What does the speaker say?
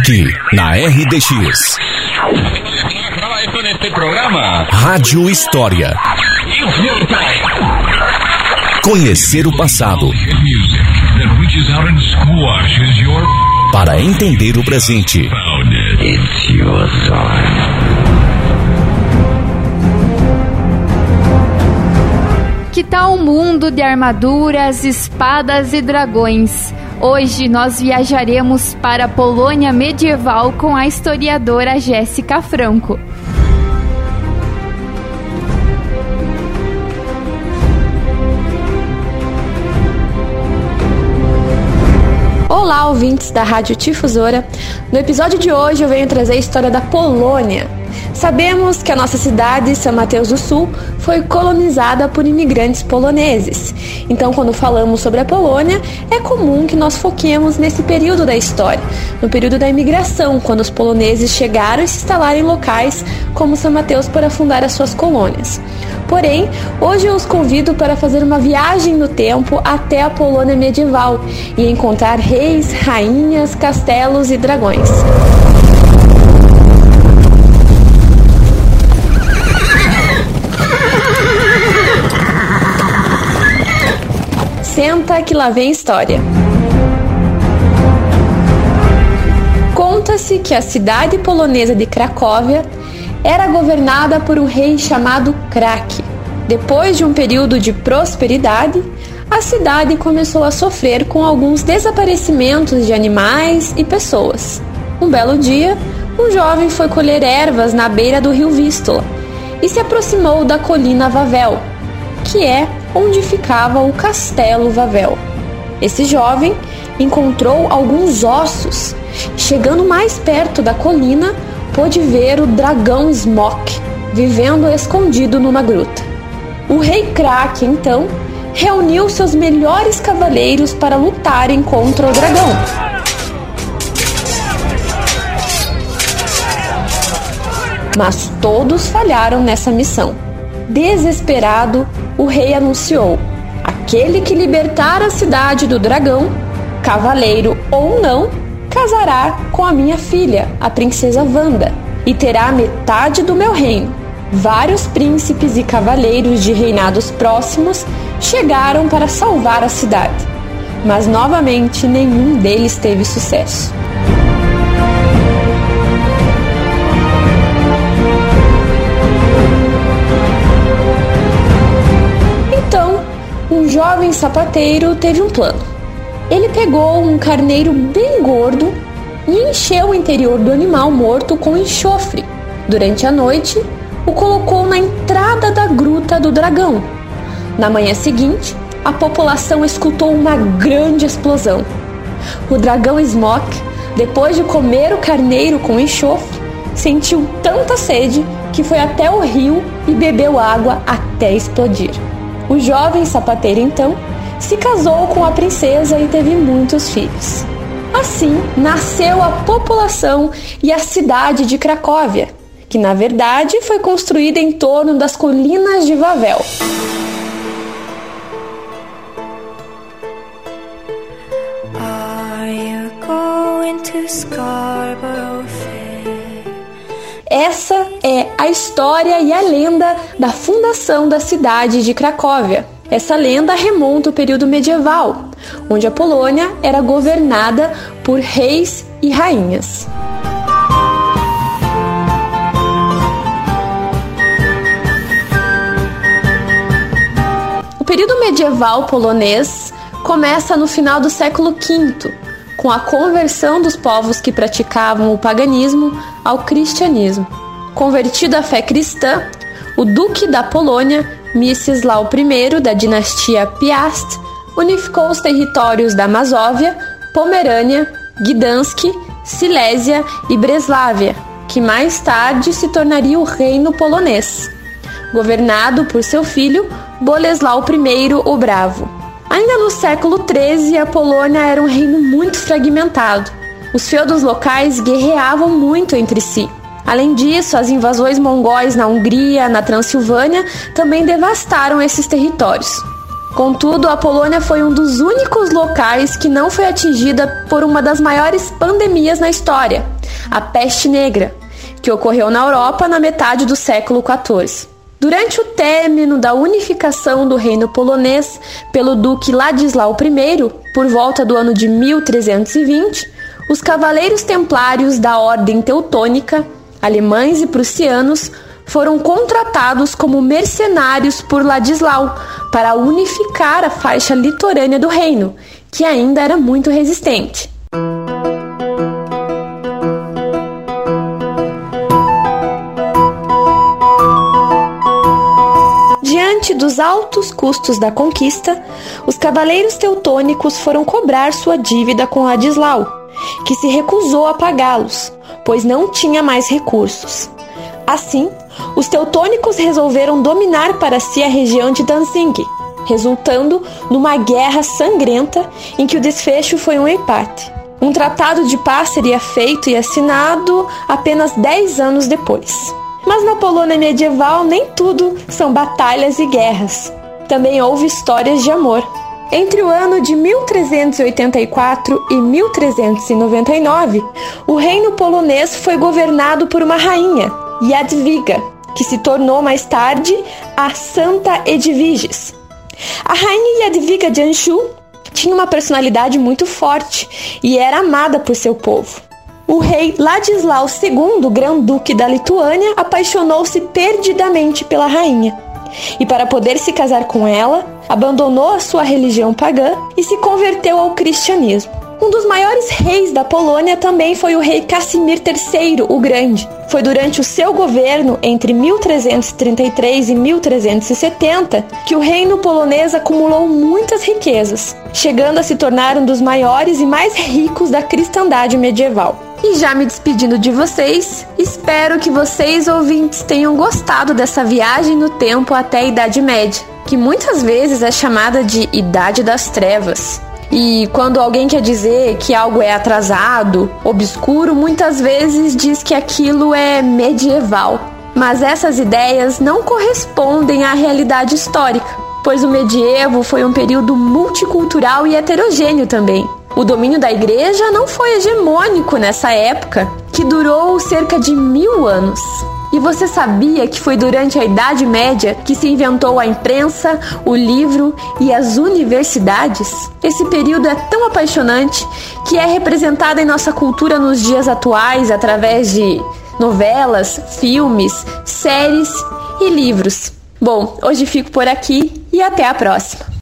Aqui, na RDX. Rádio História. Conhecer o passado para entender o presente. Que tal um mundo de armaduras, espadas e dragões? Hoje nós viajaremos para a Polônia medieval com a historiadora Jéssica Franco. Olá, ouvintes da Rádio Difusora. No episódio de hoje eu venho trazer a história da Polônia. Sabemos que a nossa cidade, São Mateus do Sul, foi colonizada por imigrantes poloneses. Então, quando falamos sobre a Polônia, é comum que nós foquemos nesse período da história, no período da imigração, quando os poloneses chegaram e se instalaram em locais como São Mateus para fundar as suas colônias. Porém, hoje eu os convido para fazer uma viagem no tempo até a Polônia medieval e encontrar reis, rainhas, castelos e dragões. Senta que lá vem história. Conta-se que a cidade polonesa de Cracóvia era governada por um rei chamado Krak. Depois de um período de prosperidade, a cidade começou a sofrer com alguns desaparecimentos de animais e pessoas. Um belo dia, um jovem foi colher ervas na beira do rio Vístula e se aproximou da colina Wawel, que é onde ficava o Castelo Wawel. Esse jovem encontrou alguns ossos. Chegando mais perto da colina, pôde ver o dragão Smok, vivendo escondido numa gruta. O rei Krak, então, reuniu seus melhores cavaleiros para lutarem contra o dragão. Mas todos falharam nessa missão. Desesperado, o rei anunciou: aquele que libertar a cidade do dragão, cavaleiro ou não, casará com a minha filha, a princesa Wanda, e terá metade do meu reino. Vários príncipes e cavaleiros de reinados próximos chegaram para salvar a cidade, mas novamente nenhum deles teve sucesso. Um jovem sapateiro teve um plano. Ele pegou um carneiro bem gordo e encheu o interior do animal morto com enxofre. Durante a noite, o colocou na entrada da gruta do dragão. Na manhã seguinte, a população escutou uma grande explosão. O dragão Smok, depois de comer o carneiro com enxofre, sentiu tanta sede que foi até o rio e bebeu água até explodir. O jovem sapateiro, então, se casou com a princesa e teve muitos filhos. Assim, nasceu a população e a cidade de Cracóvia, que na verdade foi construída em torno das colinas de Wawel. Are you going to Scarborough Fair? Essa é a história e a lenda da fundação da cidade de Cracóvia. Essa lenda remonta ao período medieval, onde a Polônia era governada por reis e rainhas. O período medieval polonês começa no final do século V, com a conversão dos povos que praticavam o paganismo ao cristianismo. Convertido à fé cristã, o duque da Polônia, Mstislav I, da dinastia Piast, unificou os territórios da Masóvia, Pomerânia, Gdansk, Silésia e Breslávia, que mais tarde se tornaria o Reino Polonês, governado por seu filho Bolesław I o Bravo. Ainda no século XIII, a Polônia era um reino muito fragmentado. Os feudos locais guerreavam muito entre si. Além disso, as invasões mongóis na Hungria, na Transilvânia, também devastaram esses territórios. Contudo, a Polônia foi um dos únicos locais que não foi atingida por uma das maiores pandemias na história, a Peste Negra, que ocorreu na Europa na metade do século XIV. Durante o término da unificação do reino polonês pelo duque Ladislau I, por volta do ano de 1320, os cavaleiros templários da Ordem Teutônica, alemães e prussianos, foram contratados como mercenários por Ladislau para unificar a faixa litorânea do reino, que ainda era muito resistente. Diante dos altos custos da conquista, os cavaleiros teutônicos foram cobrar sua dívida com Ladislau, que se recusou a pagá-los, pois não tinha mais recursos. Assim, os teutônicos resolveram dominar para si a região de Danzig, resultando numa guerra sangrenta em que o desfecho foi um empate. Um tratado de paz seria feito e assinado apenas 10 anos depois. Mas na Polônia medieval nem tudo são batalhas e guerras. Também houve histórias de amor. Entre o ano de 1384 e 1399, o reino polonês foi governado por uma rainha, Jadwiga, que se tornou mais tarde a Santa Edwiges. A rainha Jadwiga de Anjou tinha uma personalidade muito forte e era amada por seu povo. O rei Ladislau II, Grão-Duque da Lituânia, apaixonou-se perdidamente pela rainha. E para poder se casar com ela, abandonou a sua religião pagã e se converteu ao cristianismo. Um dos maiores reis da Polônia também foi o rei Casimir III, o Grande. Foi durante o seu governo, entre 1333 e 1370, que o reino polonês acumulou muitas riquezas, chegando a se tornar um dos maiores e mais ricos da cristandade medieval. E já me despedindo de vocês, espero que vocês, ouvintes, tenham gostado dessa viagem no tempo até a Idade Média, que muitas vezes é chamada de Idade das Trevas. E quando alguém quer dizer que algo é atrasado, obscuro, muitas vezes diz que aquilo é medieval. Mas essas ideias não correspondem à realidade histórica, pois o medievo foi um período multicultural e heterogêneo também. O domínio da igreja não foi hegemônico nessa época, que durou cerca de 1000 anos. E você sabia que foi durante a Idade Média que se inventou a imprensa, o livro e as universidades? Esse período é tão apaixonante que é representado em nossa cultura nos dias atuais através de novelas, filmes, séries e livros. Bom, hoje fico por aqui e até a próxima!